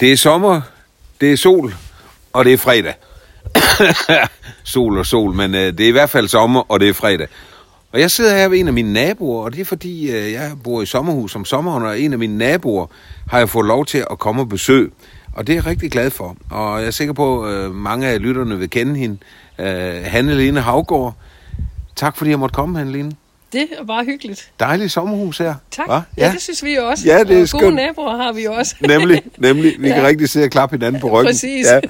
Det er sommer, det er sol, og det er fredag. Sol og sol, men det er i hvert fald sommer, og det er fredag. Og jeg sidder her ved en af mine naboer, og det er fordi, jeg bor i sommerhus om sommeren, og en af mine naboer har jeg fået lov til at komme og besøge. Og det er jeg rigtig glad for. Og jeg er sikker på, at mange af lytterne vil kende hende. Hanne-Lene Haugaard. Tak fordi jeg måtte komme, Hanne-Lene. Det er bare hyggeligt. Dejligt sommerhus her. Tak. Ja, det synes vi jo også. Ja, det er og gode naboer har vi jo også. Nemlig. Vi kan rigtig sidde og klappe hinanden på ryggen. Præcis. Ja.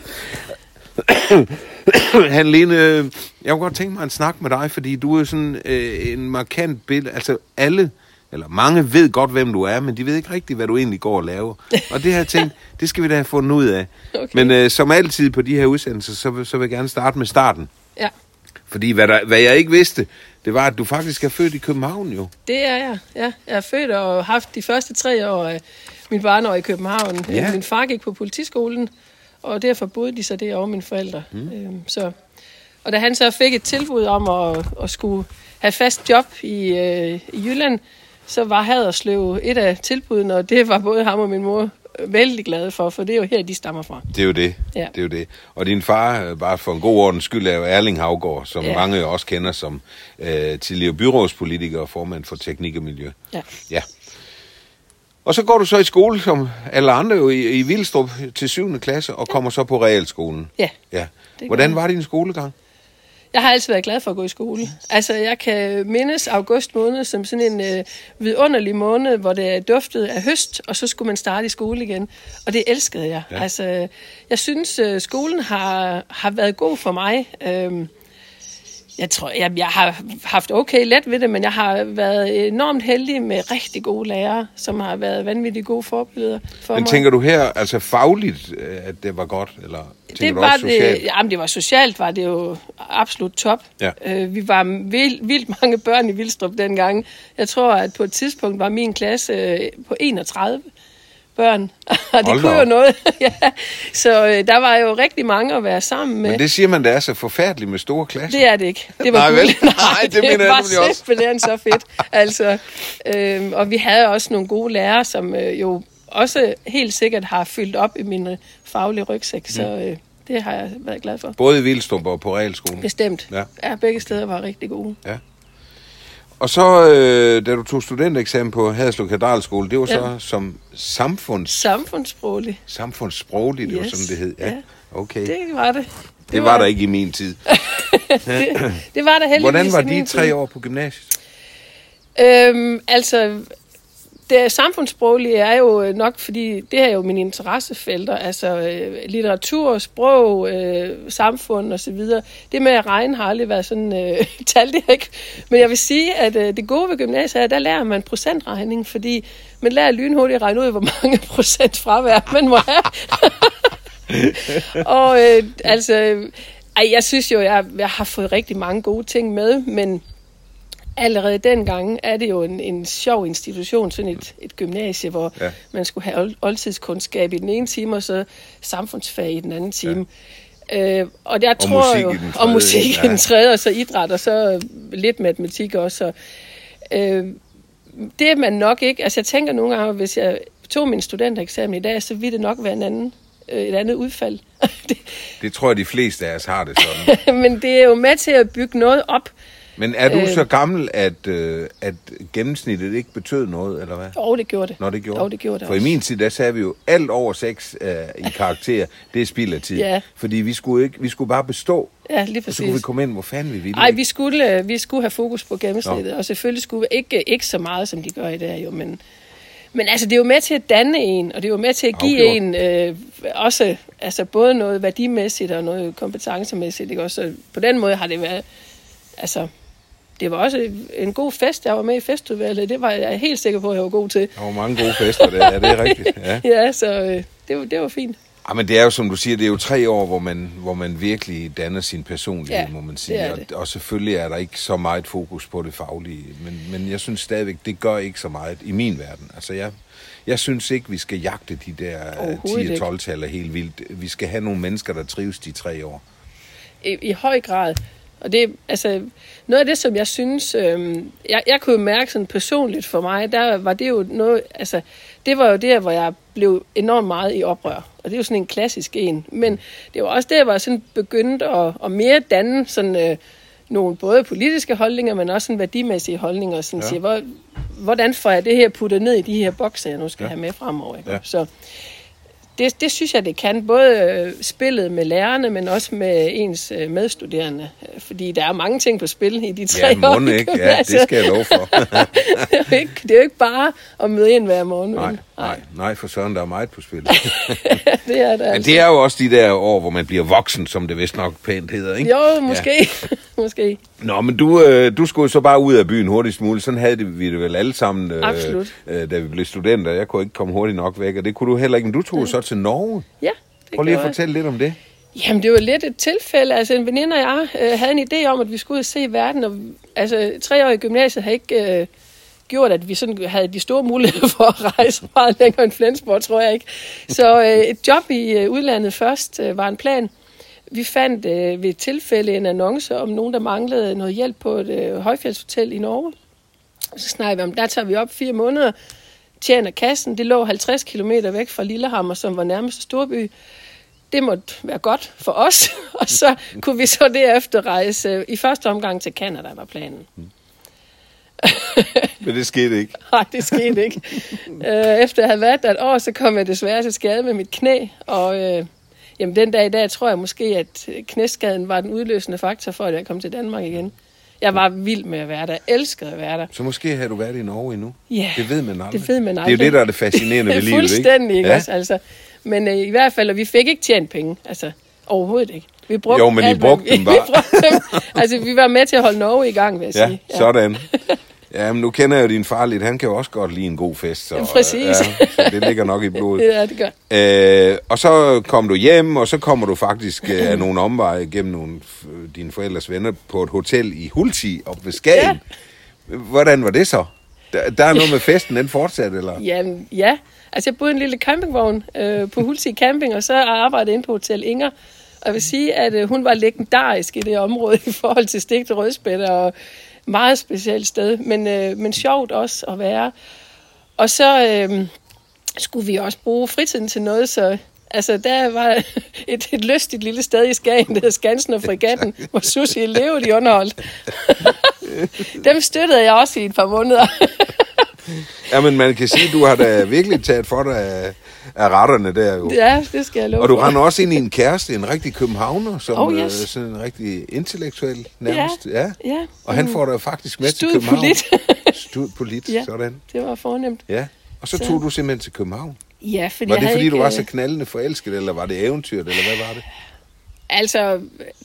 Hanne-Lene, jeg kunne godt tænke mig en snak med dig, fordi du er sådan en markant billede. Altså alle, eller mange ved godt, hvem du er, men de ved ikke rigtigt, hvad du egentlig går og laver. Og det her ting, det skal vi da have fundet ud af. Okay. Men som altid på de her udsendelser, så vil jeg gerne starte med starten. Ja. Fordi hvad jeg ikke vidste, det var, at du faktisk er født i København jo. Det er jeg, ja. Jeg er født og haft de første 3 år af mit barneår i København. Ja. Min far gik på politiskolen, og derfor boede de så derovre, mine forældre. Og da han så fik et tilbud om at skulle have fast job i Jylland, så var Haderslev et af tilbudene, og det var både ham og min mor vældig glade for det er jo her, de stammer fra. Det er jo det. Ja. Det er jo det. Og din far, bare for en god ordens skyld, er jo Erling Haugaard, som mange også kender som tidligere byrådspolitiker og formand for Teknik og Miljø. Ja. Og så går du så i skole, som alle andre jo, i Vilstrup til 7. klasse, og kommer så på realskolen. Ja. Hvordan var din skolegang? Jeg har altid været glad for at gå i skole. Altså, jeg kan mindes august måned som sådan en vidunderlig måned, hvor det duftede af høst, og så skulle man starte i skole igen. Og det elskede jeg. Ja. Altså, jeg synes, skolen har været god for mig. Jeg tror, jeg har haft okay let ved det, men jeg har været enormt heldig med rigtig gode lærere, som har været vanvittigt gode forbilleder for mig. Men tænker du her, altså fagligt, at det var godt, eller tænker du også socialt? Jamen, det var socialt, var det jo absolut top. Ja. Vi var vildt mange børn i Vilstrup dengang. Jeg tror, at på et tidspunkt var min klasse på 31 børn, og det kunne jo noget. Ja. Så der var jo rigtig mange at være sammen med. Men det siger man, det er så forfærdeligt med store klasser. Det er det ikke. Det var Nej, det mener jeg også. Simpelthen så fedt. Altså, og vi havde også nogle gode lærere, som jo også helt sikkert har fyldt op i min faglige rygsæk, så det har jeg været glad for. Både i Vilstrup og på realskolen? Bestemt. Ja, begge steder var rigtig gode. Ja. Og så, da du tog studentereksamen på Haderslev Katedralskole, det var så som samfundssproglig. Samfundssproglig, det var sådan, det hed. Ja. Okay. Det var det. Det var der ikke i min tid. det var der heldigvis. Hvordan var de 3 år på gymnasiet? Altså, det samfundssproglige er jo nok, fordi det er jo mine interessefelter, altså litteratur, sprog, samfund og så videre. Det med at regne har aldrig været sådan tal, det ikke. Men jeg vil sige, at det gode ved gymnasiet er, at der lærer man procentregning, fordi man lærer lynhurtigt at regne ud, hvor mange procent fravær man må have. Og jeg synes jo, jeg har fået rigtig mange gode ting med, men allerede dengang er det jo en sjov institution, sådan et gymnasie, hvor man skulle have oldtidskundskab i den ene time, og så samfundsfag i den anden time. Ja. Og jeg tror jo, og musik i den tredje, og så idræt, og så lidt matematik også. Det er man nok ikke. Altså jeg tænker nogle gange, hvis jeg tog min studentereksamen i dag, så ville det nok være et andet udfald. Det tror jeg, de fleste af os har det sådan. Men det er jo med til at bygge noget op. Men er du så gammel, at gennemsnittet ikke betød noget, eller hvad? Jo, det gjorde det. Nå, det gjorde jo, det gjorde det. For i min tid, der sagde vi jo, alt over 6 i karakter, det er spild af tid. Ja. Fordi vi skulle bare bestå. Ja, lige præcis. Og så kunne vi komme ind, hvor fanden vi ville. Nej, vi skulle have fokus på gennemsnittet, og selvfølgelig skulle vi ikke så meget, som de gør i dag jo, men altså, det er jo med til at danne en, og det er jo med til at give en også, altså både noget værdimæssigt og noget kompetencemæssigt, ikke? Også på den måde har det været, altså, det var også en god fest. Jeg var med i festudvalget. Det var jeg helt sikker på, at jeg var god til. Der var mange gode fester, det er rigtigt. Ja, ja, så det var fint. Ja, men det er jo, som du siger, det er jo 3 år, hvor man virkelig danner sin personlighed, må man sige. Og selvfølgelig er der ikke så meget fokus på det faglige. Men jeg synes stadigvæk, det gør ikke så meget i min verden. Altså, jeg synes ikke, vi skal jagte de der 10- og 12-taller helt vildt. Vi skal have nogle mennesker, der trives de 3 år. I høj grad. Og det altså noget af det, som jeg synes, jeg kunne mærke sådan personligt for mig, der var det jo noget, altså det var jo der, hvor jeg blev enormt meget i oprør. Og det er jo sådan en klassisk en. Men det var også der, hvor jeg sådan begyndte at mere danne sådan nogle både politiske holdninger, men også sådan værdimæssige holdninger. Sådan siger, hvordan får jeg det her puttet ned i de her bokser, jeg nu skal have med fremover. Ikke? Ja. Så det synes jeg, det kan. Både spillet med lærerne, men også med ens medstuderende. Fordi der er mange ting på spil i de 3 år. Ja, ikke. Ja, det skal jeg love for. Det er jo ikke bare at møde ind hver morgen. Nej, for søren, der er meget på spil. Det er der. Men det er jo også de der år, hvor man bliver voksen, som det vist nok pænt hedder, ikke? Jo, måske. Måske. Nå, men du skulle så bare ud af byen hurtigst muligt. Sådan havde vi det vel alle sammen, da vi blev studenter. Jeg kunne ikke komme hurtigt nok væk, og det kunne du heller ikke. Men du tog så til Norge. Ja, prøv lige at fortælle lidt om det. Jamen, det var lidt et tilfælde. Altså, en veninde og jeg havde en idé om, at vi skulle ud og se verden. Og, altså, 3 år i gymnasiet havde ikke gjort, at vi sådan havde de store muligheder for at rejse meget længere end Flensborg, tror jeg ikke. Så et job i udlandet først var en plan. Vi fandt ved et tilfælde en annonce om nogen, der manglede noget hjælp på et højfjeldshotel i Norge. Så snakkede vi om, der tager vi op 4 måneder, tjener kassen. Det lå 50 kilometer væk fra Lillehammer, som var nærmeste storby. Det måtte være godt for os, og så kunne vi så derefter rejse i første omgang til Canada, var planen. Men det skete ikke. Nej, det skete ikke. Efter jeg havde været der et år, så kom jeg desværre til skade med mit knæ, og jamen, den dag i dag tror jeg måske, at knæskaden var den udløsende faktor for, at jeg kom til Danmark igen. Jeg var vild med at være der. Jeg elskede at være der. Så måske havde du været i Norge endnu? Ja. Det ved man aldrig. Det ved man aldrig. Det er jo det, der er det fascinerende ved livet, ikke? Fuldstændig, ikke også? Altså. Men i hvert fald, vi fik ikke tjent penge. Altså, overhovedet ikke. Vi brugte men I brugte dem bare. Altså, vi var med til at holde Norge i gang, vil jeg sige. Ja, sådan. Ja, men nu kender jeg jo din far lidt. Han kan jo også godt lide en god fest. Så, præcis. Ja, så det ligger nok i blodet. Ja, det gør. Og så kom du hjem, og så kommer du faktisk af nogle omveje gennem dine forældres venner på et hotel i Hulti op ved Skagen. Ja. Hvordan var det så? Der er noget med festen, den fortsatte, eller? Jamen, ja. Altså, jeg boede i en lille campingvogn på Hulti Camping, og så arbejdede inde på Hotel Inger. Og jeg vil sige, at hun var legendarisk i det område i forhold til stegte rødspætter og meget specielt sted, men sjovt også at være. Og så skulle vi også bruge fritiden til noget, så altså, der var et lystigt lille sted i Skagen, der hedder Skansen og Fregatten, hvor Susie levede i underholdt. Dem støttede jeg også i et par måneder. Jamen, man kan sige, at du har da virkelig taget for dig af retterne der jo. Ja, det skal jeg love. Og du render også ind i en kæresте, en rigtig københavner, som sådan en rigtig intellektuel nærmest. Ja. Og han får dig faktisk med til København. Studiepolit, sådan. Det var fornemt. Ja, og så tog du simpelthen til København. Ja, fordi var det fordi, du var så knaldende forelsket, eller var det eventyret, eller hvad var det? Altså,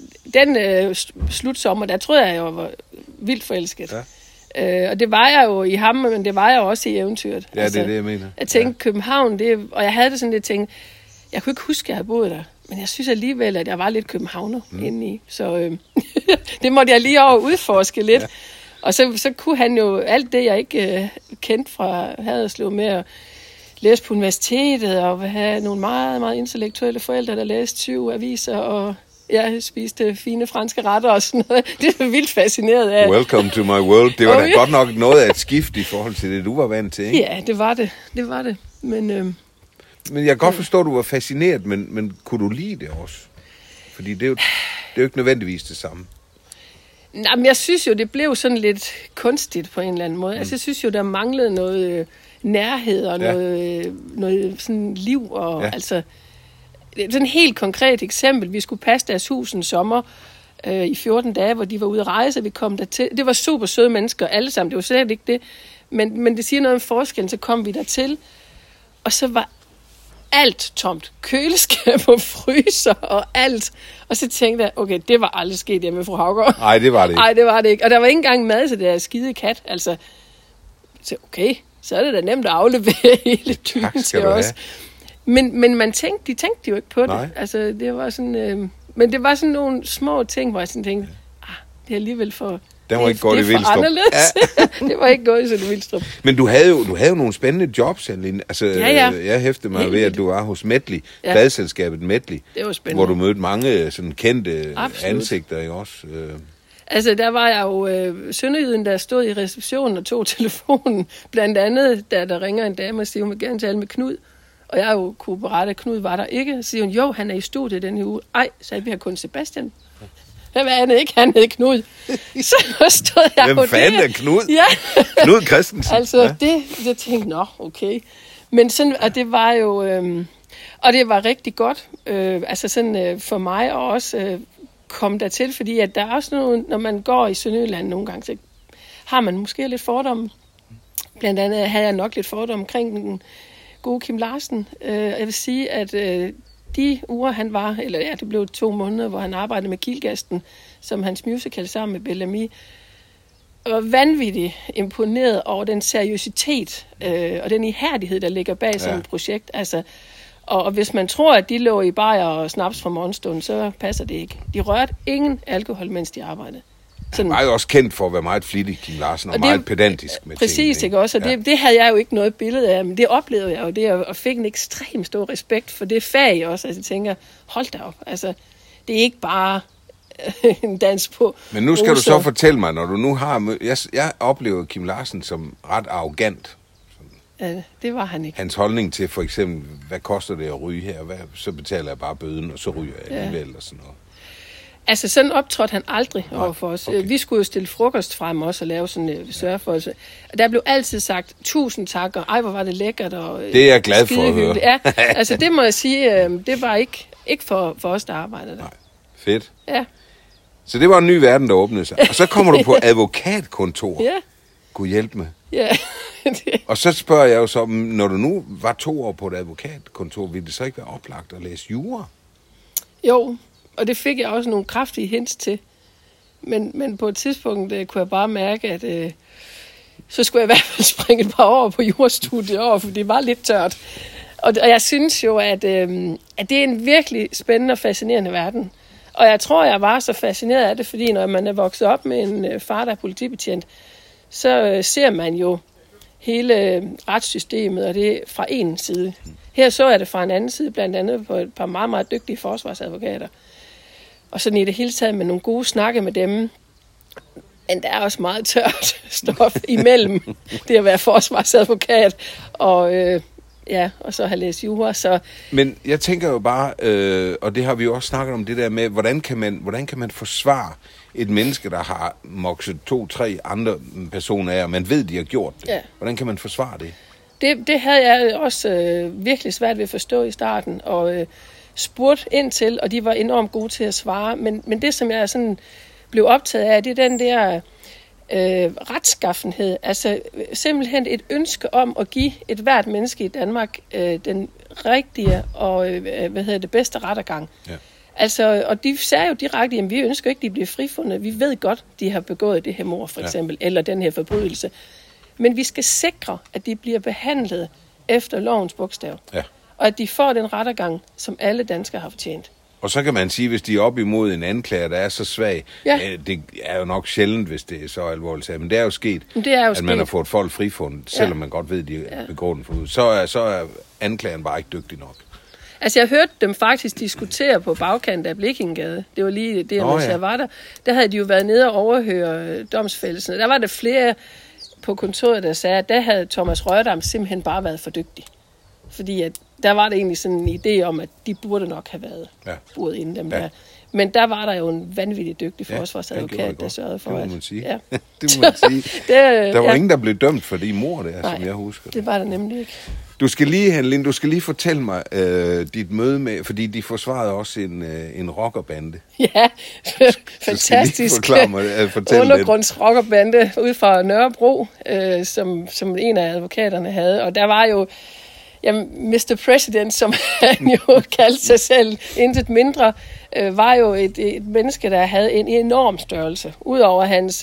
den slutsommer, der troede jeg var vildt forelsket. Ja. Og det var jeg jo i ham, men det var jeg jo også i eventyret. Ja, altså, det er det, jeg mener. Jeg tænkte, København, og jeg havde det sådan lidt tænkt, jeg kunne ikke huske, at jeg havde boet der, men jeg synes alligevel, at jeg var lidt københavner indeni. Så det måtte jeg lige over udforske lidt. Ja. Og så kunne han jo alt det, jeg ikke kendte fra Haderslev med at læse på universitetet, og have nogle meget, meget intellektuelle forældre, der læste 20 aviser, og jeg spiste fine franske retter og sådan noget. Det er vildt fascineret af. Welcome to my world. Det var da godt nok noget af et skift i forhold til det, du var vant til, ikke? Ja, det var det. Det var det. Men jeg kan godt forstå, at du var fascineret, men kunne du lide det også? Fordi det er jo ikke nødvendigvis det samme. Nej, men jeg synes jo, det blev sådan lidt kunstigt på en eller anden måde. Altså, jeg synes jo, der manglede noget nærhed og noget sådan liv. Og, altså, sådan et helt konkret eksempel. Vi skulle passe deres hus en sommer i 14 dage, hvor de var ude at rejse, og vi kom dertil. Det var super søde mennesker alle sammen. Det var slet ikke det. Men det siger noget om forskellen. Så kom vi dertil, og så var alt tomt. Køleskab og fryser og alt. Og så tænkte jeg, okay, det var aldrig sket hjemme med fru Haugaard. Nej, det var det ikke. Nej, det var det ikke. Og der var ikke engang mad til det der skide kat. Altså, så okay, så er det da nemt at aflevere hele typen til os. Men de tænkte jo ikke på det. Nej. Altså, det var sådan, men det var sådan nogle små ting, hvor jeg sådan tænkte, det er alligevel for... Den var ikke gået i Vilstrup. Det var ikke gået i Vilstrup. Men du havde jo nogle spændende jobs, Anne. Altså, jeg hæftede mig ved, at du var hos Medley, pladselskabet Medley. Det var spændende. Hvor du mødte mange sådan kendte ansigter, ikke også? Altså, der var jeg jo sønderjyden, der stod i receptionen og tog telefonen. Blandt andet, da der ringer en dame og siger, hun vil gerne tale med Knud. Og jeg jo kunne berette, at Knud var der ikke. Så siger hun, jo, han er i studiet den her uge. Ej, så vi har kun Sebastian. Hvad er det ikke? Han hed Knud. Så stod jeg jo der. Hvem fanden er Knud? Ja. Knud Christensen. Altså, det jeg tænkte, nå, okay. Men sådan, og det var jo... og det var rigtig godt. Altså sådan for mig og også kom der til, fordi at der er også noget, når man går i Sønderjylland nogle gange, så har man måske lidt fordomme. Blandt andet havde jeg nok lidt fordomme omkring den gode Kim Larsen. Jeg vil sige, at de uger han var, eller ja, det blev 2 måneder, hvor han arbejdede med Kilgasten, som hans musical sammen med Bellamy, var vanvittigt imponeret over den seriøsitet og den ihærdighed, der ligger bag sådan et projekt. Altså, og hvis man tror, at de lå i bajer og snaps fra morgenstunden, så passer det ikke. De rørte ingen alkohol, mens de arbejdede. Han var jo også kendt for at være meget flittig, Kim Larsen, og meget pedantisk med præcis, tingene. Ikke også? Og det havde jeg jo ikke noget billede af, men det oplevede jeg jo, det, og fik en ekstrem stor respekt for det fag også. Altså, jeg tænker, hold da op, altså, det er ikke bare en dans på. Men nu skal du så fortælle mig, når du nu har... Jeg oplever Kim Larsen som ret arrogant. Ja, det var han ikke. Hans holdning til for eksempel, hvad koster det at ryge her? Så betaler jeg bare bøden, og så ryger jeg alligevel og sådan noget. Altså, sådan optrådte han aldrig overfor os. Okay. Vi skulle jo stille frokost frem også og lave sådan en sørgeforhold. Der blev altid sagt 1000 tak, og ej, hvor var det lækkert. Og, det er jeg glad for at høre. Ja, altså det må jeg sige, det var ikke for os, der arbejdede der. Nej, fedt. Ja. Så det var en ny verden, der åbnede sig. Og så kommer du på advokatkontor. Ja. Gud hjælp med. Ja. Og så spørger jeg jo så, når du nu var 2 år på et advokatkontor, ville det så ikke være oplagt at læse jura? Jo, og det fik jeg også nogle kraftige hints til. Men på et tidspunkt kunne jeg bare mærke, at så skulle jeg i hvert fald springe et par år på jurastudiet over, for det var lidt tørt. Og jeg synes jo, at det er en virkelig spændende og fascinerende verden. Og jeg tror, jeg var så fascineret af det, fordi når man er vokset op med en far, der er politibetjent, så ser man jo hele retssystemet, og det er fra en side. Her så jeg det fra en anden side, blandt andet på et par meget, meget dygtige forsvarsadvokater. Og sådan i det hele taget med nogle gode snakke med dem. Men der er også meget tørt stof imellem det at være forsvarsadvokat og så have læst jura. Så. Men jeg tænker jo bare, og det har vi jo også snakket om, det der med, hvordan kan man forsvare et menneske, der har mokset 2-3 andre personer af, og man ved, de har gjort det. Ja. Hvordan kan man forsvare det? Det havde jeg også virkelig svært ved at forstå i starten, og spurgte ind til, og de var enormt gode til at svare. Men det, som jeg sådan blev optaget af, det er den der retskaffenhed. Altså simpelthen et ønske om at give et hvert menneske i Danmark den rigtige og bedste rettergang. Ja. Altså, og de sagde jo direkte, at vi ønsker ikke, at de bliver frifundet. Vi ved godt, de har begået det her mord, for eksempel, eller den her forbrydelse. Men vi skal sikre, at de bliver behandlet efter lovens bogstav. Ja. Og at de får den rettergang, som alle danskere har fortjent. Og så kan man sige, hvis de er op imod en anklager, der er så svag, det er jo nok sjældent, hvis det er så alvorligt, men det er jo sket, at man har fået folk frifundet, selvom man godt ved, at de begår den forbrydelse. Så er anklageren bare ikke dygtig nok. Altså, jeg hørte dem faktisk diskutere på bagkanten af Blikkinggade. Det var lige det, mens jeg var der. Der havde de jo været nede og overhøre domsfældelsen. Der var der flere på kontoret, der sagde, at der havde Thomas Rørdam simpelthen bare været for dygtig. Fordi at der var det egentlig sådan en idé om, at de burde nok have været buret inden dem der. Men der var der jo en vanvittig dygtig forsvarsadvokat, der sørgede for, det må man sige. Ja. Det må man sige. Der var ingen, der blev dømt for de mord der, som jeg husker. Det var der nemlig ikke. Du skal lige fortælle mig dit møde med, fordi de forsvarede også en rockerbande. Ja, fantastisk undergrundsrockerbande ude fra Nørrebro, som en af advokaterne havde. Og der var jo Mr. President, som han jo kaldte sig selv, intet mindre, var jo et menneske, der havde en enorm størrelse. Udover hans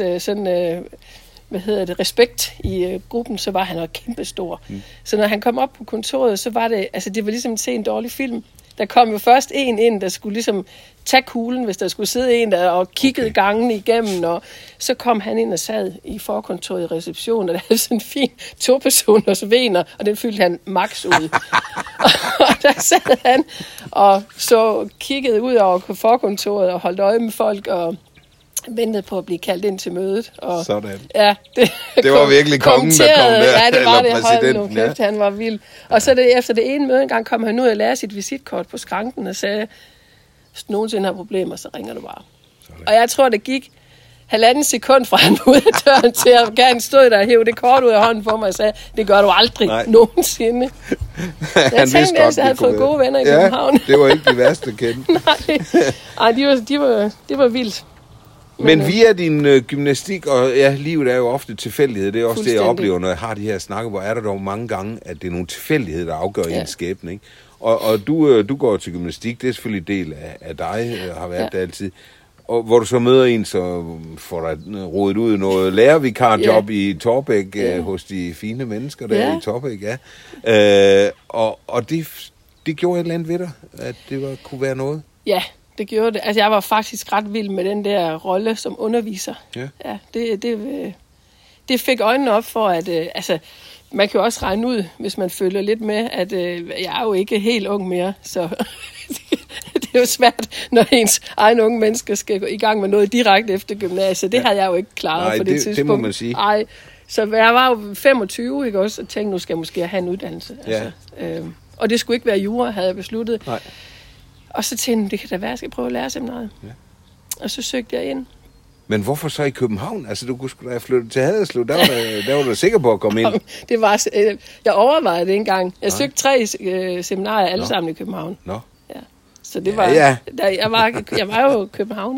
respekt i gruppen, så var han jo kæmpestor. Så når han kom op på kontoret, så var det, altså det var ligesom at se en dårlig film. Der kom jo først en ind, der skulle ligesom tage kuglen, hvis der skulle sidde en der og kiggede gangen igennem, og så kom han ind og sad i forkontoret i receptionen, og der havde sådan en fin 2-personers vener, og den fyldte han max ud. Og der sad han og så kiggede ud over forkontoret og holdt øje med folk, og ventede på at blive kaldt ind til mødet. Og, sådan. Ja, det var virkelig kongen, der kom der. Ja, det var det. Hold nu kæft, han var vild. Og så efter det ene møde engang kom han ud og lagde sit visitkort på skranken og sagde, hvis du nogensinde har problemer, så ringer du bare. Sådan. Og jeg tror, det gik 1,5 sekund fra han ud af døren til, at han stod der og hævde det kort ud af hånden på mig og sagde, det gør du aldrig nogensinde. Jeg tænkte, at jeg havde fået gode venner i København. Det var ikke de værste kendt. Nej, det var vildt. Men via din gymnastik, og livet er jo ofte tilfældighed, det er også det, jeg oplever, når jeg har de her snakke, hvor er der dog mange gange, at det er nogle tilfældigheder, der afgør ens skæbne, ikke? Og du går til gymnastik, det er selvfølgelig del af dig, har været det altid. Og hvor du så møder en, så får dig rodet ud noget lærervikarjob i Torbæk hos de fine mennesker der i Torbæk, og det gjorde et eller andet ved dig, at det kunne være noget? Ja, det gjorde det. Altså, jeg var faktisk ret vild med den der rolle som underviser. Ja, det fik øjnene op for, at man kan jo også regne ud, hvis man følger lidt med, at jeg er jo ikke helt ung mere, så det er jo svært, når ens egen unge mennesker skal gå i gang med noget direkte efter gymnasiet. Det havde jeg jo ikke klaret på det tidspunkt. Det må man sige. Ej, så jeg var jo 25, ikke også, og tænkte, nu skal jeg måske have en uddannelse. Og det skulle ikke være jura, havde jeg besluttet. Nej. Og så tænkte jeg, det kan da være, jeg skal prøve at lære seminariet. Ja. Og så søgte jeg ind. Men hvorfor så i København? Altså, du skulle da flytte til Haderslev. Der var du sikker på at komme ind. Det var, jeg overvejede det engang. Jeg søgte 3 seminarier, alle sammen i København. Nå. Ja. Så det var... Ja. Jeg var jo københavner.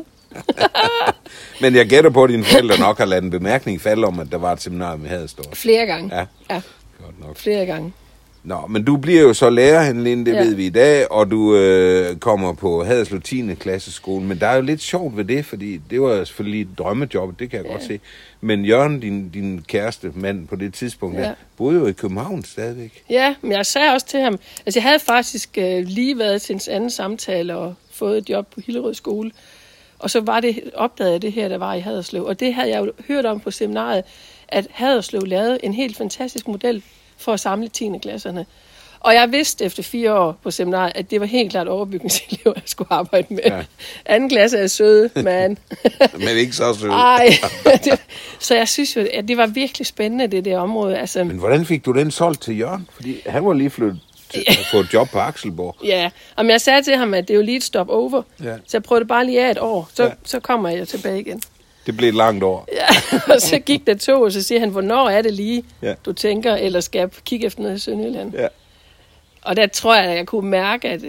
Men jeg gætter på, at dine forældre nok har ladet en bemærkning falde om, at der var et seminarium i Haderslev. Flere gange. Ja. Godt nok. Flere gange. Nå, men du bliver jo så lærer, Henlinde, det ved vi i dag, og du kommer på Haderslev 10. klasseskole, men der er jo lidt sjovt ved det, fordi det var selvfølgelig et drømmejob, det kan jeg godt se. Men Jørgen, din kæreste mand på det tidspunkt, der, boede jo i København stadigvæk. Ja, men jeg sagde også til ham, altså jeg havde faktisk lige været til en anden samtale og fået et job på Hillerød skole, og så opdagede jeg det her, der var i Haderslev, og det havde jeg jo hørt om på seminariet, at Haderslev lavede en helt fantastisk model for at samle 10. klasserne. Og jeg vidste efter 4 år på seminariet, at det var helt klart overbygningselever, jeg skulle arbejde med. Ja. 2. klasse er søde, man. Men ikke så søde. Nej. Så jeg synes jo, at det var virkelig spændende, det der område. Altså, men hvordan fik du den solgt til Jørgen? Fordi han var lige flyttet at få et job på Akselborg. Ja, og jeg sagde til ham, at det er jo lige et stop over. Ja. Så jeg prøvede bare lige af et år, så kommer jeg tilbage igen. Det blev et langt år. Ja, og så gik der 2, og så siger han, hvornår er det lige, du tænker, eller skal jeg kigge efter noget i Sønderjylland? Ja. Og der tror jeg, at jeg kunne mærke, at...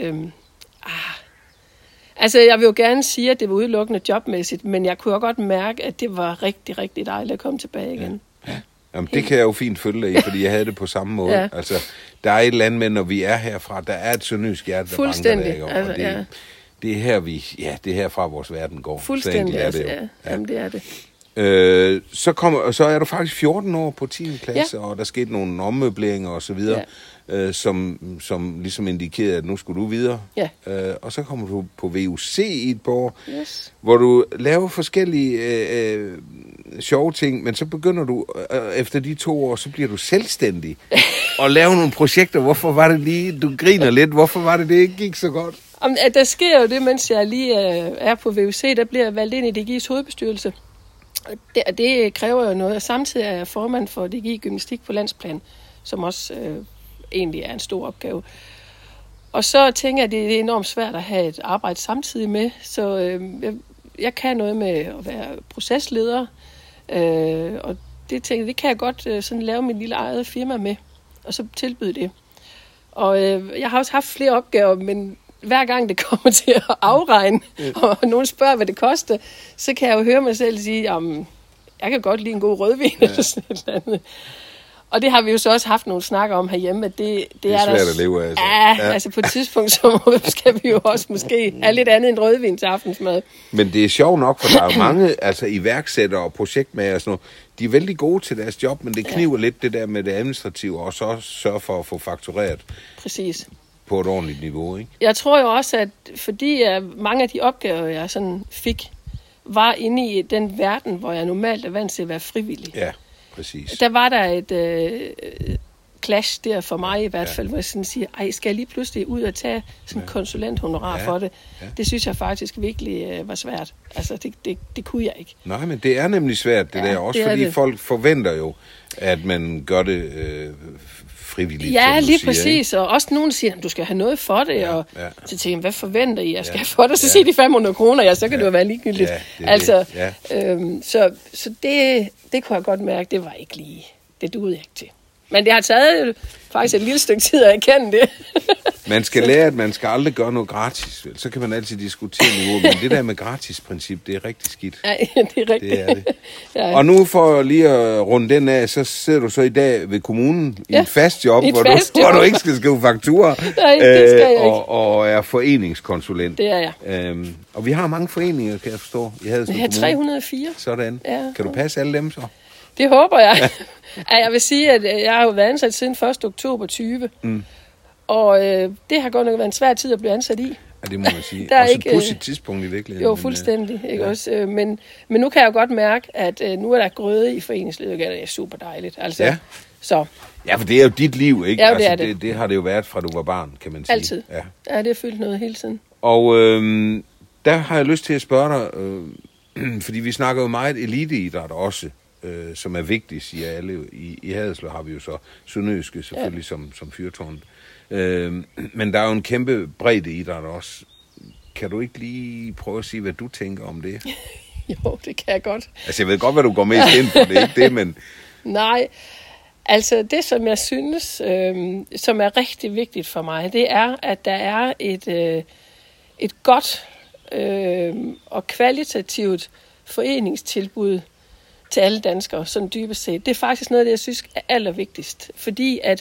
altså, jeg vil jo gerne sige, at det var udelukkende jobmæssigt, men jeg kunne jo godt mærke, at det var rigtig, rigtig dejligt at komme tilbage igen. Ja. Jamen, det kan jeg jo fint følge dig i, fordi jeg havde det på samme måde. Ja. Altså, der er et eller andet med, når vi er herfra, der er et sønderjysk hjerte, der banker der, ikke? Altså, og det er her det er herfra vores verden går. Fuldstændig, så er det jo. Jamen, det er det. Så er du faktisk 14 år på 10. klasse, og der skete nogle ommøbleringer og så videre, som ligesom indikerede, at nu skulle du videre. Ja. Og så kommer du på VUC i et par år, hvor du laver forskellige sjove ting, men så begynder du, efter de 2 år, så bliver du selvstændig og laver nogle projekter. Hvorfor var det lige, du griner lidt, hvorfor var det ikke gik så godt? Der sker jo det, mens jeg lige er på VUC, der bliver jeg valgt ind i DGI's hovedbestyrelse. Det kræver jo noget, og samtidig er jeg formand for DGI Gymnastik på landsplan, som også egentlig er en stor opgave. Og så tænker jeg, at det er enormt svært at have et arbejde samtidig med, så jeg kan noget med at være procesleder, og det kan jeg godt sådan lave mit lille eget firma med, og så tilbyde det. Og jeg har også haft flere opgaver, men hver gang det kommer til at afregne, og nogen spørger, hvad det koster, så kan jeg jo høre mig selv sige, jeg kan godt lide en god rødvin, eller sådan et eller andet. Og det har vi jo så også haft nogle snakker om herhjemme, at det er svært at leve af. Altså på et tidspunkt, så skal vi jo også måske have lidt andet end rødvin til aftensmad. Men det er sjovt nok, for der er mange iværksættere og projektmager og sådan noget, de er vældig gode til deres job, men det kniver lidt det der med det administrative, og så sørge for at få faktureret. Præcis. På et ordentligt niveau, ikke? Jeg tror jo også, at fordi mange af de opgaver, jeg sådan fik, var inde i den verden, hvor jeg normalt er vant til at være frivillig. Ja, præcis. Der var der et clash der for mig i hvert fald, hvor jeg sådan siger, skal jeg lige pludselig ud og tage sådan en konsulenthonorar for det? Ja. Det synes jeg faktisk virkelig var svært. Altså, det kunne jeg ikke. Nej, men det er nemlig svært, det der. Også fordi folk forventer jo, at man gør det frivilligt. Ja, lige præcis. Og også nogen siger, at du skal have noget for det. Og så tænker jeg, hvad forventer I, jeg skal have for det? Så siger de 500 kroner, så kan det jo være ligegyldigt. Ja, så det kunne jeg godt mærke, det var ikke lige, det duede jeg ikke til. Men det har taget faktisk et lille stykke tid at erkende det. Man skal lære, at man skal aldrig gøre noget gratis. Så kan man altid diskutere niveauet, men det der med gratis-princip, det er rigtig skidt. Nej, det er rigtigt. Det er det. Ja. Og nu for lige at runde den af, så sidder du så i dag ved kommunen i et fast job, hvor du ikke skal skrive fakturer. Nej, det skal jeg ikke. Og er foreningskonsulent. Det er jeg. Og vi har mange foreninger, kan jeg forstå. Vi har 304. Sådan. Ja. Kan du passe alle dem så? Det håber jeg. Jeg vil sige, at jeg har jo været ansat siden 1. oktober 20. Og det har godt nok været en svær tid at blive ansat i. Ja, det må man sige. Også et pudsigt tidspunkt i virkeligheden. Jo, fuldstændig. Ikke også? Men nu kan jeg jo godt mærke, at nu er der grøde i foreningslivet, og det er super dejligt. Altså, ja. Så. Ja, for det er jo dit liv, ikke? Ja, det er det. Det har det jo været, fra du var barn, kan man sige. Altid. Ja, det har fyldt noget hele tiden. Og der har jeg lyst til at spørge dig, fordi vi snakker jo meget eliteidræt også, som er vigtigt, siger alle. I Haderslev har vi jo så Sønderjyske selvfølgelig som fyrtårn. Men der er jo en kæmpe bredde idræt også. Kan du ikke lige prøve at sige, hvad du tænker om det? Jo, det kan jeg godt. Altså, jeg ved godt, hvad du går mest ind for, det er ikke det, men... Nej, altså det, som jeg synes, som er rigtig vigtigt for mig, det er, at der er et godt og kvalitativt foreningstilbud til alle danskere, sådan dybest set. Det er faktisk noget af det, jeg synes er allervigtigst. Fordi at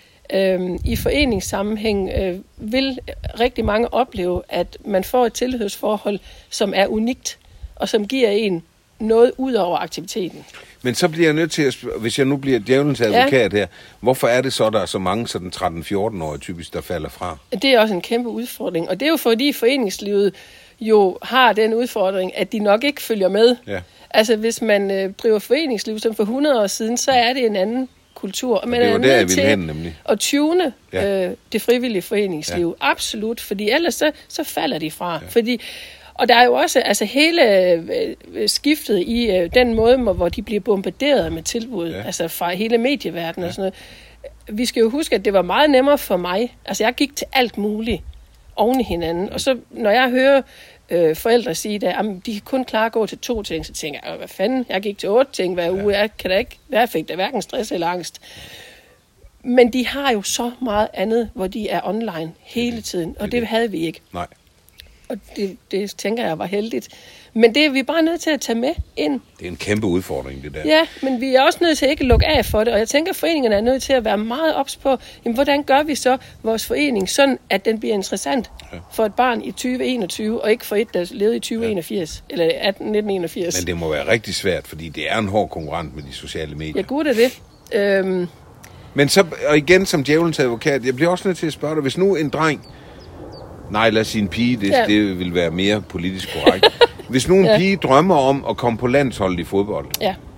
i foreningssammenhæng vil rigtig mange opleve, at man får et tilhørsforhold, som er unikt, og som giver en noget ud over aktiviteten. Men så bliver jeg nødt til at hvis jeg nu bliver djævelens advokat her, hvorfor er det så, der er så mange sådan 13-14-årige typisk, der falder fra? Det er også en kæmpe udfordring, og det er jo fordi foreningslivet jo har den udfordring, at de nok ikke følger med. Ja. Altså hvis man driver foreningsliv som for 100 år siden, så er det en anden kultur. Og man det var der, jeg ville hen, nemlig. At tune det frivillige foreningsliv. Ja. Absolut, fordi ellers så falder de fra. Ja. Fordi, og der er jo også altså hele skiftet i den måde, hvor de bliver bombarderet med tilbud, altså fra hele medieverdenen og sådan noget. Vi skal jo huske, at det var meget nemmere for mig. Altså jeg gik til alt muligt oven i hinanden. Og så når jeg hører forældre sige, at de kan kun klare at gå til 2 ting, så tænker jeg, hvad fanden, jeg gik til 8 ting hver uge, jeg kan da ikke være fik der hverken stress eller angst. Men de har jo så meget andet, hvor de er online hele tiden, og det havde vi ikke. Nej. Og det tænker jeg var heldigt. Men det er vi bare nødt til at tage med ind. Det er en kæmpe udfordring, det der. Ja, men vi er også nødt til at ikke lukke af for det. Og jeg tænker, at foreningerne er nødt til at være meget ops på, jamen, hvordan gør vi så vores forening sådan, at den bliver interessant for et barn i 2021, og ikke for et, der levede i 2081, eller 1981. Men det må være rigtig svært, fordi det er en hård konkurrent med de sociale medier. Ja, gud er det. Men så, og igen som djævelens advokat, jeg bliver også nødt til at spørge dig, hvis nu en dreng, nej, lad os sige en pige, det vil være mere politisk korrekt. Hvis nu en pige drømmer om at komme på landsholdet i fodbold,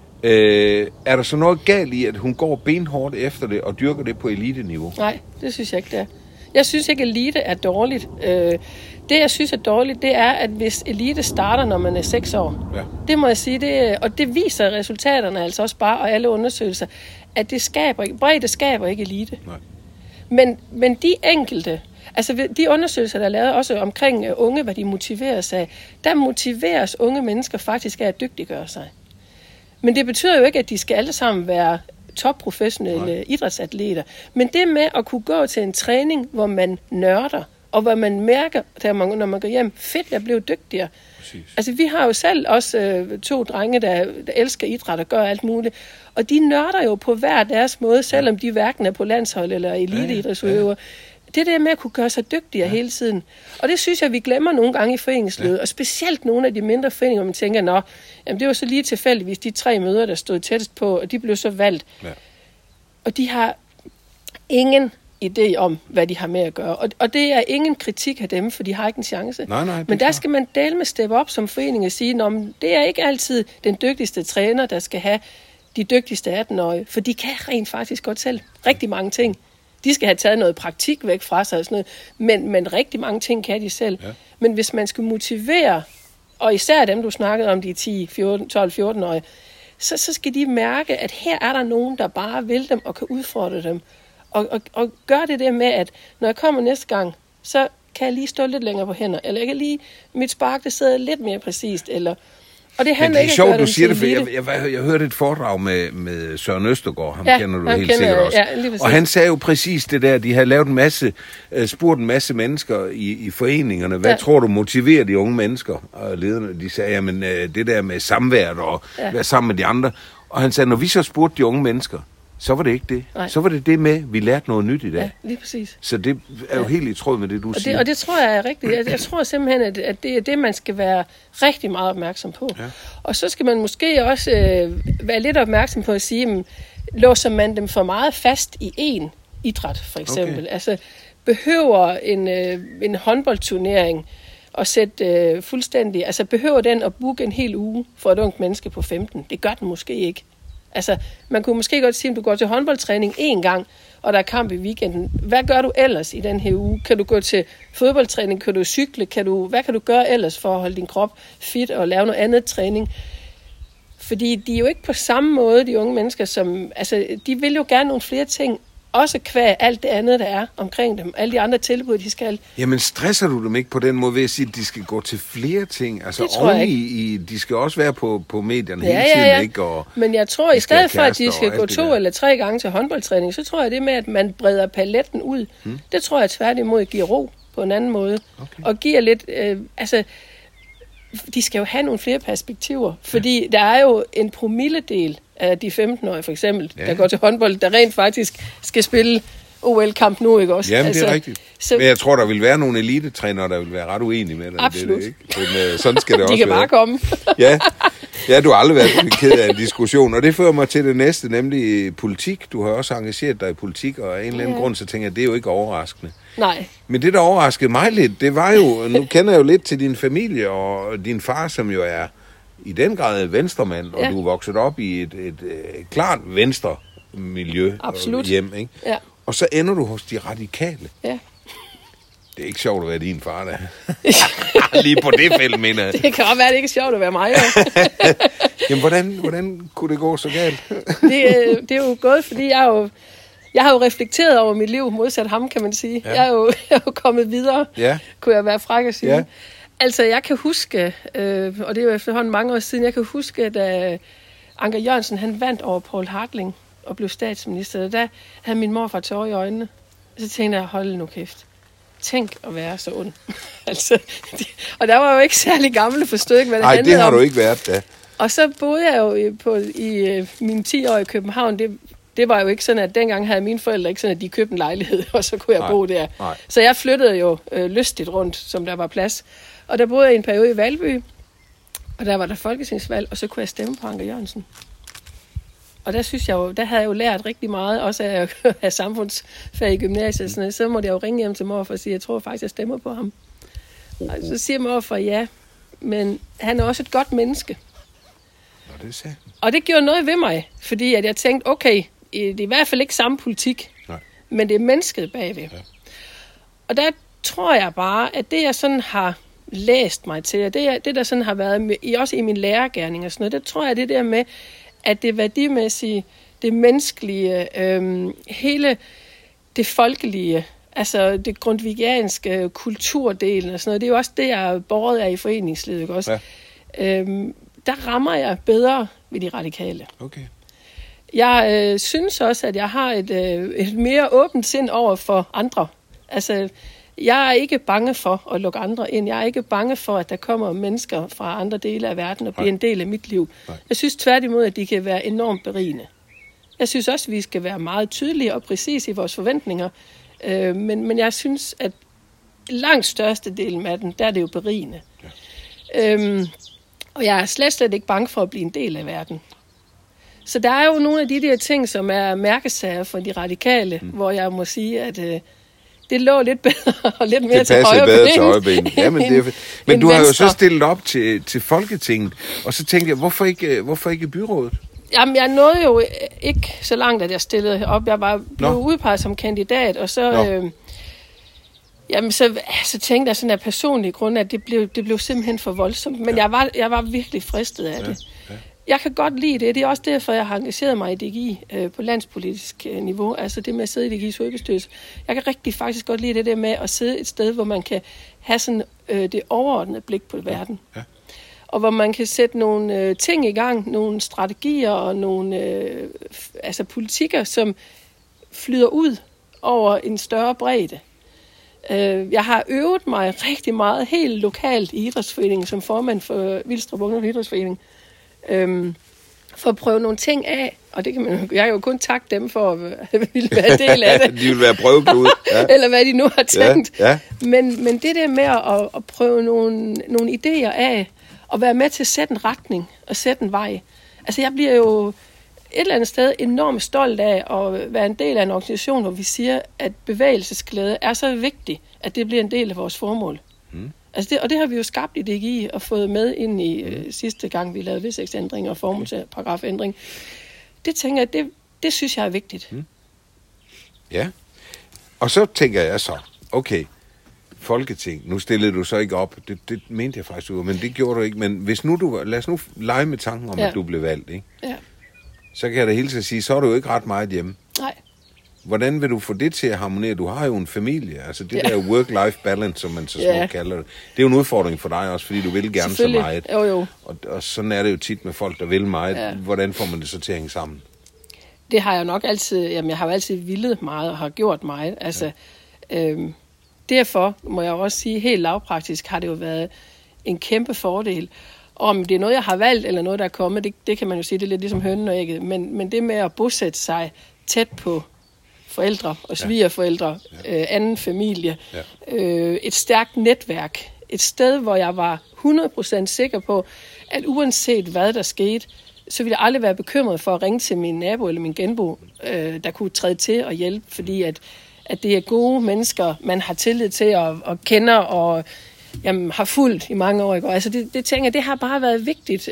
er der så noget galt i, at hun går benhårdt efter det og dyrker det på elite-niveau? Nej, det synes jeg ikke, det er. Jeg synes ikke, at elite er dårligt. Det, jeg synes er dårligt, det er, at hvis elite starter, når man er 6 år, det må jeg sige, og det viser resultaterne altså også bare, og alle undersøgelser, at bredde skaber ikke elite. Nej. Men de enkelte, altså de undersøgelser, der er lavet også omkring unge, hvad de motiveres af, der motiveres unge mennesker faktisk af at dygtiggøre sig. Men det betyder jo ikke, at de skal alle sammen være topprofessionelle idrætsatleter. Men det med at kunne gå til en træning, hvor man nørder, og hvor man mærker, når man går hjem, fedt, jeg blev dygtigere. Præcis. Altså vi har jo selv også 2 drenge, der elsker idræt og gør alt muligt. Og de nørder jo på hver deres måde, selvom de hverken er på landshold eller eliteidrætsudøvere. Det der med at kunne gøre sig dygtigere hele tiden. Og det synes jeg, vi glemmer nogle gange i foreningslivet. Og specielt nogle af de mindre foreninger, hvor man tænker, jamen det var så lige tilfældigvis de 3 møder, der stod tættest på, og de blev så valgt. Ja. Og de har ingen idé om, hvad de har med at gøre. Og det er ingen kritik af dem, for de har ikke en chance. Nej, men der skal man dele med step op som forening og sige, det er ikke altid den dygtigste træner, der skal have de dygtigste 18-årige, for de kan rent faktisk godt selv rigtig mange ting. De skal have taget noget praktik væk fra sig og sådan noget, men rigtig mange ting kan de selv. Ja. Men hvis man skal motivere, og især dem, du snakkede om, de 10, 14, 12, 14-årige, så skal de mærke, at her er der nogen, der bare vil dem og kan udfordre dem. Og gør det der med, at når jeg kommer næste gang, så kan jeg lige stå lidt længere på hænder, eller jeg kan lige, mit spark, det sidder lidt mere præcist, eller... Og det handler ikke sjovt, du siger det, for jeg hørte et foredrag med Søren Østergaard, ham kender du helt sikkert også. Ja, og han sagde jo præcis det der, de havde lavet spurgt en masse mennesker i foreningerne, hvad tror du motiverer de unge mennesker? Og lederne, de sagde, jamen det der med samværet og være sammen med de andre. Og han sagde, når vi så spurgte de unge mennesker, så var det ikke det. Nej. Så var det med, vi lærte noget nyt i dag. Ja, lige præcis. Så det er jo helt i tråd med det, du siger. Og det tror jeg er rigtigt. Jeg tror simpelthen, at det er det, man skal være rigtig meget opmærksom på. Ja. Og så skal man måske også være lidt opmærksom på at sige, låser man dem for meget fast i én idræt, for eksempel. Okay. Altså, behøver en håndboldturnering at sætte fuldstændig... Altså, behøver den at booke en hel uge for et ungt menneske på 15? Det gør den måske ikke. Altså, man kunne måske godt sige, at du går til håndboldtræning 1 gang, og der er kamp i weekenden. Hvad gør du ellers i den her uge? Kan du gå til fodboldtræning? Kan du cykle? Hvad kan du gøre ellers for at holde din krop fit og lave noget andet træning? Fordi de er jo ikke på samme måde, de unge mennesker, som... Altså, de vil jo gerne nogle flere ting, også kvæg alt det andet, der er omkring dem. Alle de andre tilbud, de skal... Jamen, stresser du dem ikke på den måde ved at sige, at de skal gå til flere ting? Altså, de skal også være på medierne hele tiden, ikke? Og men jeg tror, i stedet for, at de skal gå 2 eller 3 gange til håndboldtræning, så tror jeg det med, at man breder paletten ud, det tror jeg tværtimod giver ro på en anden måde. Okay. Og giver lidt... de skal jo have nogle flere perspektiver, fordi der er jo en promilledel af de 15-årige for eksempel, der går til håndbold, der rent faktisk skal spille OL-kamp nu, ikke også? Jamen, det er rigtigt. Men jeg tror, der vil være nogle elitetrænere, der vil være ret uenige med dig. Absolut. Det, ikke? Men, sådan skal det også være. De kan bare komme. Ja, du har aldrig været ked af en diskussion, og det fører mig til det næste, nemlig politik. Du har også engageret dig i politik, og af en eller anden grund, så tænker jeg, det er jo ikke overraskende. Nej. Men det, der overraskede mig lidt, det var jo, nu kender jeg jo lidt til din familie, og din far, som jo er i den grad venstremand, og du er vokset op i et klart venstre miljø og hjem, ikke? Ja. Og så ender du hos de radikale. Ja. Det er ikke sjovt at være din far, da. Lige på det felt, mener jeg. Det kan også være, det ikke er sjovt at være mig. Jamen, hvordan kunne det gå så galt? det er jo gået, fordi jeg har jo reflekteret over mit liv, modsat ham, kan man sige. Ja. Jeg er jo kommet videre, kunne jeg være fræk at sige. Ja. Altså, jeg kan huske, og det er jo efterhånden mange år siden, jeg kan huske, da Anker Jørgensen, han vandt over Poul Hartling og blev statsminister. Der havde min morfar tårer i øjnene. Så tænkte jeg, hold nu kæft. Tænk at være så ond. Altså, og der var jo ikke særlig gamle, forstod ikke, hvad det handlede om. Nej, det har du ikke været, da. Og så boede jeg jo i mine 10 år i København. Det var jo ikke sådan, at dengang havde mine forældre ikke sådan, at de købte en lejlighed, og så kunne jeg bo der. Nej. Så jeg flyttede jo lystigt rundt, som der var plads. Og der boede jeg i en periode i Valby, og der var der folketingsvalg, og så kunne jeg stemme på Anker Jørgensen. Og der synes jeg jo, der havde jeg jo lært rigtig meget, også af at have samfundsfag i gymnasiet. Sådan, så måtte jeg jo ringe hjem til morfar og sige, jeg tror faktisk, jeg stemmer på ham. Og så siger morfar ja, men han er også et godt menneske. Og det gjorde noget ved mig, fordi at jeg tænkte, okay, det er i hvert fald ikke samme politik, men det er mennesket bagved. Ja. Og der tror jeg bare, at det jeg sådan har læst mig til, og det der sådan har været med, også i min lærergerning og sådan noget, det tror jeg det der med, at det værdimæssige, det menneskelige, hele det folkelige, altså det grundtvigianske kulturdelen og sådan noget, det er jo også det, jeg er båret af i foreningslivet, ikke også? Ja. Der rammer jeg bedre ved de radikale. Okay. Jeg synes også, at jeg har et mere åbent sind over for andre. Altså, jeg er ikke bange for at lukke andre ind. Jeg er ikke bange for, at der kommer mennesker fra andre dele af verden og bliver en del af mit liv. Nej. Jeg synes tværtimod, at de kan være enormt berigende. Jeg synes også, at vi skal være meget tydelige og præcise i vores forventninger. Men jeg synes, at langt størstedelen af den, der er det jo berigende. Ja. Og jeg er slet ikke bange for at blive en del af verden. Så der er jo nogle af de der ting, som er mærkesager for de radikale, hvor jeg må sige, at det lå lidt bedre og lidt mere til højre ben. Ja, men du har jo så stillet op til Folketinget, og så tænkte jeg, hvorfor ikke byrådet? Jamen, jeg nåede jo ikke så langt, at jeg stillede op. Jeg var blevet udpeget som kandidat, og så... Jamen, så tænkte jeg sådan af personlig grund, at det blev simpelthen for voldsomt. Men jeg var virkelig fristet af det. Ja. Jeg kan godt lide det. Det er også derfor, jeg har engageret mig i DGI på landspolitisk niveau. Altså det med at sidde i DGI's hovedbestyrelse. Jeg kan faktisk godt lide det der med at sidde et sted, hvor man kan have sådan det overordnede blik på verden. Ja. Og hvor man kan sætte nogle ting i gang, nogle strategier og nogle politikker, som flyder ud over en større bredde. Jeg har øvet mig rigtig meget helt lokalt i idrætsforeningen som formand for Vilstrup Ungdom Idrætsforening. For at prøve nogle ting af, og det kan man, jeg kan jo kun takke dem for at ville være del af det. De vil være prøveklud. Ja. Eller hvad de nu har tænkt. Ja. Men det der med at prøve nogle idéer af, og være med til at sætte en retning og sætte en vej. Altså jeg bliver jo et eller andet sted enormt stolt af at være en del af en organisation, hvor vi siger, at bevægelsesglæde er så vigtig, at det bliver en del af vores formål. Altså det har vi jo skabt i DGI og fået med ind i sidste gang, vi lavede vedtægtsændringer og formålsparagrafændring. Det tænker jeg, det synes jeg er vigtigt. Ja, og så tænker jeg så, okay, Folketing, nu stillede du så ikke op, det mente jeg faktisk, men det gjorde du ikke, men hvis nu lad os nu lege med tanken om, at du blev valgt, ikke? Ja. Så kan jeg da hele tiden sige, så er du jo ikke ret meget hjemme. Nej. Hvordan vil du få det til at harmonere? Du har jo en familie, altså det der work-life balance, som man så smukt kalder det. Det er jo en udfordring for dig også, fordi du vil gerne så meget. Jo. Og sådan er det jo tit med folk, der vil meget. Ja. Hvordan får man det så til at hænge sammen? Det har jeg nok altid, jeg har jo altid villet meget og har gjort meget. Altså, derfor må jeg også sige, helt lavpraktisk har det jo været en kæmpe fordel. Om det er noget, jeg har valgt, eller noget, der er kommet, det kan man jo sige, det er lidt ligesom hønen og ægget. Men det med at bosætte sig tæt på forældre og svigerforældre, anden familie, et stærkt netværk, et sted, hvor jeg var 100% sikker på, at uanset hvad der skete, så ville jeg aldrig være bekymret for at ringe til min nabo eller min genbo, der kunne træde til og hjælpe, fordi at det er gode mennesker, man har tillid til og kender og har fulgt i mange år. Ikke? Altså det tænker jeg, det har bare været vigtigt.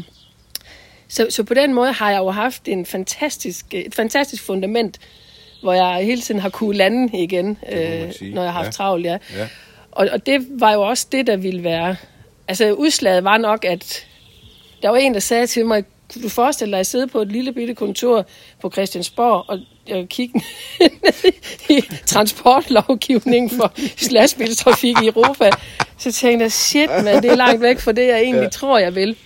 Så på den måde har jeg jo haft et fantastisk fundament, hvor jeg hele tiden har kunne lande igen, når jeg har haft travlt. Ja. Og det var jo også det, der ville være... Altså udslaget var nok, at der var en, der sagde til mig, kunne du forestille dig at sidde på et lille bitte kontor på Christiansborg og kigge ned i transportlovgivningen for lastbilstrafik i Europa? Så tænkte jeg, shit man, det er langt væk fra det, jeg egentlig tror, jeg vil.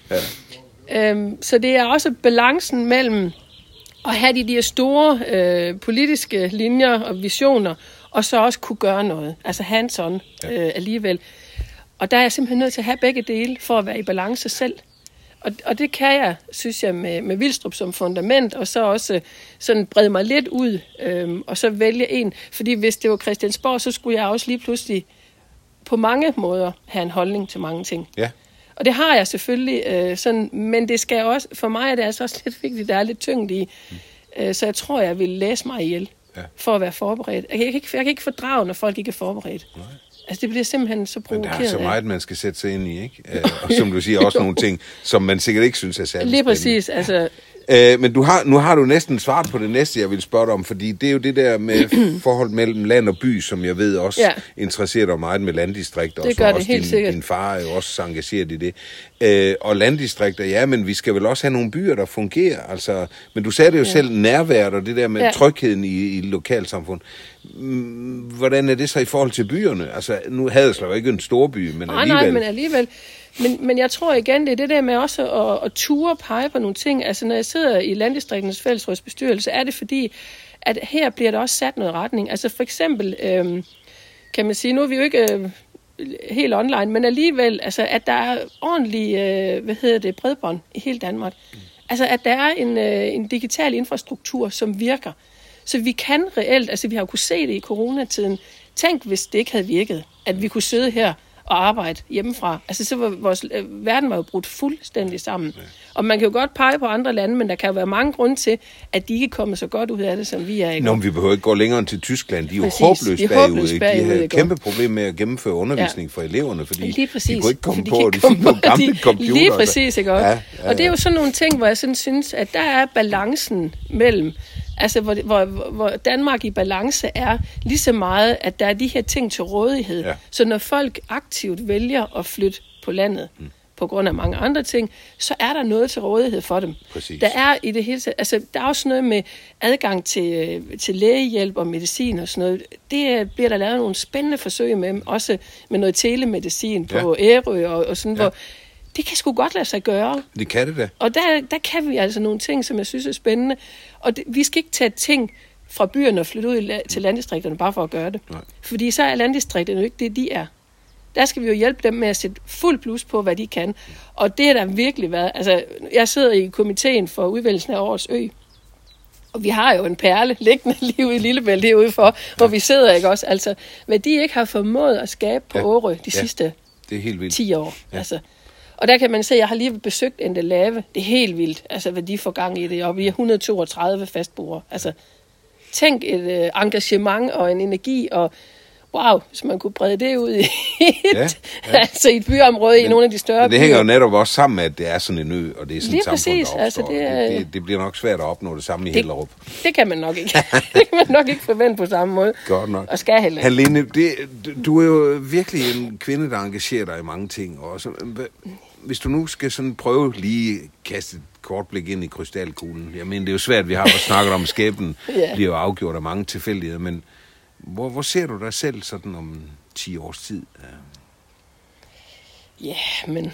Så det er også balancen mellem at have de der store politiske linjer og visioner, og så også kunne gøre noget. Altså hands-on alligevel. Og der er jeg simpelthen nødt til at have begge dele, for at være i balance selv. Og det kan jeg, synes jeg, med Vilstrup som fundament, og så også sådan brede mig lidt ud, og så vælge en. Fordi hvis det var Christiansborg, så skulle jeg også lige pludselig på mange måder have en holdning til mange ting. Ja. Og det har jeg selvfølgelig, sådan, men det skal også, for mig er det altså også lidt vigtigt, der er lidt tyngde i. Så jeg tror, jeg vil læse mig ihjel, for at være forberedt. Jeg kan ikke fordrage, når folk ikke er forberedt. Nej. Altså, det bliver simpelthen så provokeret. Men der er så meget, man skal sætte sig ind i, ikke? Og som du siger, også nogle ting, som man sikkert ikke synes er særlig lige præcis, altså... Men nu har du næsten svaret på det næste, jeg vil spørge dig om, fordi det er jo det der med forhold mellem land og by, som jeg ved også interesserer dig meget med landdistrikter. Det gør det helt sikkert. Din far er jo også engageret i det. Og landdistrikter, ja, men vi skal vel også have nogle byer, der fungerer. Altså, men du sagde det jo selv, nærværet og det der med trygheden i lokalsamfund. Hvordan er det så i forhold til byerne? Altså, nu Haderslev er ikke en storby, men alligevel... Nej, men alligevel... Men jeg tror igen, det er det der med også at ture og pege på nogle ting. Altså, når jeg sidder i Landdistrikternes Fællesrådsbestyrelse, er det fordi, at her bliver der også sat noget retning. Altså for eksempel, kan man sige, nu er vi jo ikke helt online, men alligevel, altså, at der er ordentlig, bredbånd i hele Danmark. Altså, at der er en digital infrastruktur, som virker. Så vi kan reelt, altså vi har jo kunnet se det i coronatiden. Tænk, hvis det ikke havde virket, at vi kunne sidde her arbejde hjemmefra. Altså, så var vores verden var jo brudt fuldstændig sammen. Ja. Og man kan jo godt pege på andre lande, men der kan jo være mange grunde til, at de ikke kommer så godt ud af det, som vi er i. Nå, men vi behøver ikke gå længere end til Tyskland. De er jo håbløst bagud. De har et kæmpe problem med at gennemføre undervisning for eleverne, fordi de kunne ikke komme på, de fik nogle gamle computer. Lige præcis, ikke også? Ja. Og det er jo sådan nogle ting, hvor jeg sådan synes, at der er balancen mellem, altså hvor Danmark i balance er lige så meget, at der er de her ting til rådighed. Ja. Så når folk aktivt vælger at flytte på landet, på grund af mange andre ting, så er der noget til rådighed for dem. Præcis. Der er i det hele taget, altså der er også noget med adgang til lægehjælp og medicin og sådan noget. Det bliver der lavet nogle spændende forsøg med, også med noget telemedicin på Ærø og sådan, hvor det kan sgu godt lade sig gøre. Det kan det da. Og der kan vi altså nogle ting, som jeg synes er spændende. Og vi skal ikke tage ting fra byerne og flytte ud til landdistrikterne bare for at gøre det. Nej. Fordi så er landdistrikterne jo ikke det, de er. Der skal vi jo hjælpe dem med at sætte fuld plus på, hvad de kan. Og det har der virkelig været. Altså, jeg sidder i komiteen for udvælgelsen af Årets Ø. Og vi har jo en perle liggende lige ude i Lillebælt herude for, hvor vi sidder, ikke også? Altså, hvad de ikke har formået at skabe på Årø de sidste det er helt vildt. 10 år. Ja. Altså. Og der kan man se, at jeg har lige besøgt Endelave. Det er helt vildt, altså, hvad de får gang i det. Og vi er 132 fastboere. Altså, tænk et engagement og en energi og wow, hvis man kunne brede det ud i altså i et byområde i nogle af de større byer. Det hænger jo netop også sammen med, at det er sådan en ø, og det er sådan et samfund, der opstår. Altså, det bliver nok svært at opnå det samme i Hellerup. Det kan man nok ikke. Det kan man nok ikke forvente på samme måde. Godt nok. Og skal heller. Helene, du er jo virkelig en kvinde, der engagerer dig i mange ting. Også. Hvis du nu skal sådan prøve lige kaste et kort blik ind i krystalkuglen. Jeg mener, det er jo svært, vi har snakket om skæbnen. Bliver jo afgjort af mange tilfældigheder, men hvor ser du dig selv sådan om 10 års tid? Ja, men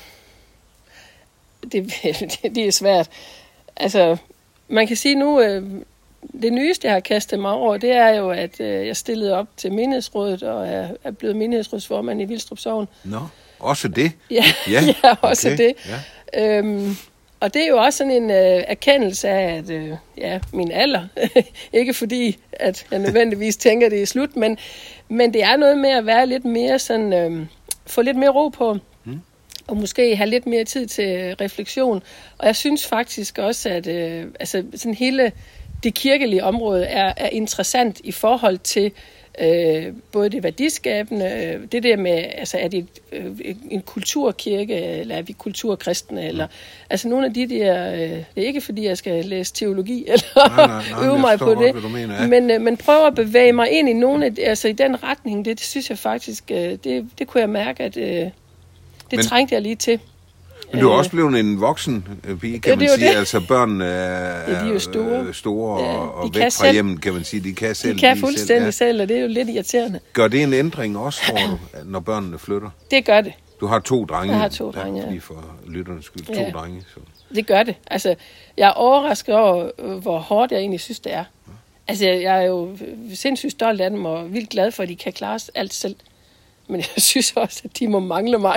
det er svært. Altså, man kan sige nu, det nyeste, jeg har kastet mig over, det er jo, at jeg stillede op til menighedsrådet og er blevet menighedsrådsformand i Vilstrup Sogn. Nå, også det? Ja, også det. Ja. Og det er jo også sådan en erkendelse af, at min alder, ikke fordi, at jeg nødvendigvis tænker, det er slut, men det er noget med at være lidt mere sådan, få lidt mere ro på, og måske have lidt mere tid til refleksion. Og jeg synes faktisk også, at altså, sådan hele det kirkelige område er interessant i forhold til både det værdiskabende, det der med, altså er det en kulturkirke, eller er vi kulturkristne, eller altså nogle af de der, det er ikke fordi jeg skal læse teologi, eller øve mig på det, men prøve at bevæge mig ind i nogle af, altså i den retning, det synes jeg faktisk, det kunne jeg mærke, at det trængte jeg lige til. Men du er også blevet en voksen pige, kan man sige. Det. Altså børnene er, de er jo store og væk fra hjemmet, kan man sige. De kan selv. De kan fuldstændig selv, og det er jo lidt irriterende. Gør det en ændring også, tror du, når børnene flytter? Det gør det. Du har 2 drenge. Jeg har 2 drenge, ja. Lige for lytternes skyld. 2 drenge. Så. Det gør det. Altså, jeg er overrasket over, hvor hårdt jeg egentlig synes, det er. Altså, jeg er jo sindssygt stolt af dem, og vildt glad for, at de kan klare alt selv. Men jeg synes også, at de må mangle mig.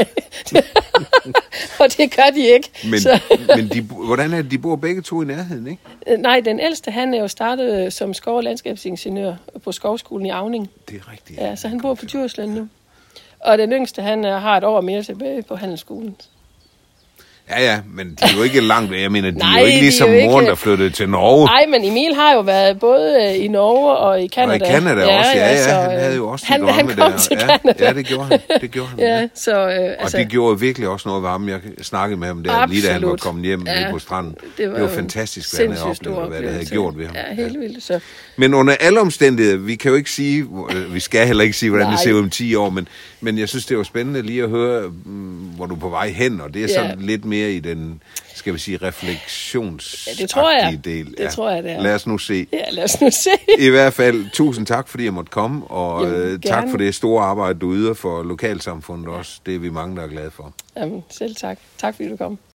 Og det gør de ikke. Men hvordan er det, de bor begge 2 i nærheden, ikke? Nej, den ældste, han er jo startet som skov- og landskabsingeniør på Skovskolen i Avning. Det er rigtigt. Ja, så han bor på Djursland nu. Og den yngste, han har et år mere tilbage på handelsskolen. Ja, men de er jo ikke langt. Jeg mener, de er jo ikke ligesom moren, der flyttede til Norge. Nej, men Emil har jo været både i Norge og i Canada. Og i Canada også, han havde jo også han kom til Canada. Ja, det gjorde han. Ja, så, og det gjorde virkelig også noget ved ham. Jeg snakkede med ham der, lige da han var kommet hjem nede på stranden. Det var fantastisk, hvad han havde oplevet, hvad det havde gjort ved ham. Ja, helt vildt. Så. Men under alle omstændigheder, vi kan jo ikke sige, vi skal heller ikke sige, hvordan det ser ud om 10 år, men jeg synes, det var spændende lige at høre, hvor du er på vej hen, og det er sådan lidt mere i den, skal vi sige, refleksionsagtige del. Det tror jeg, det er. Lad os nu se. Ja, lad os nu se. I hvert fald, tusind tak, fordi jeg måtte komme, og tak for det store arbejde, du yder for lokalsamfundet også. Det er vi mange, der er glade for. Jamen, selv tak. Tak, fordi du kom.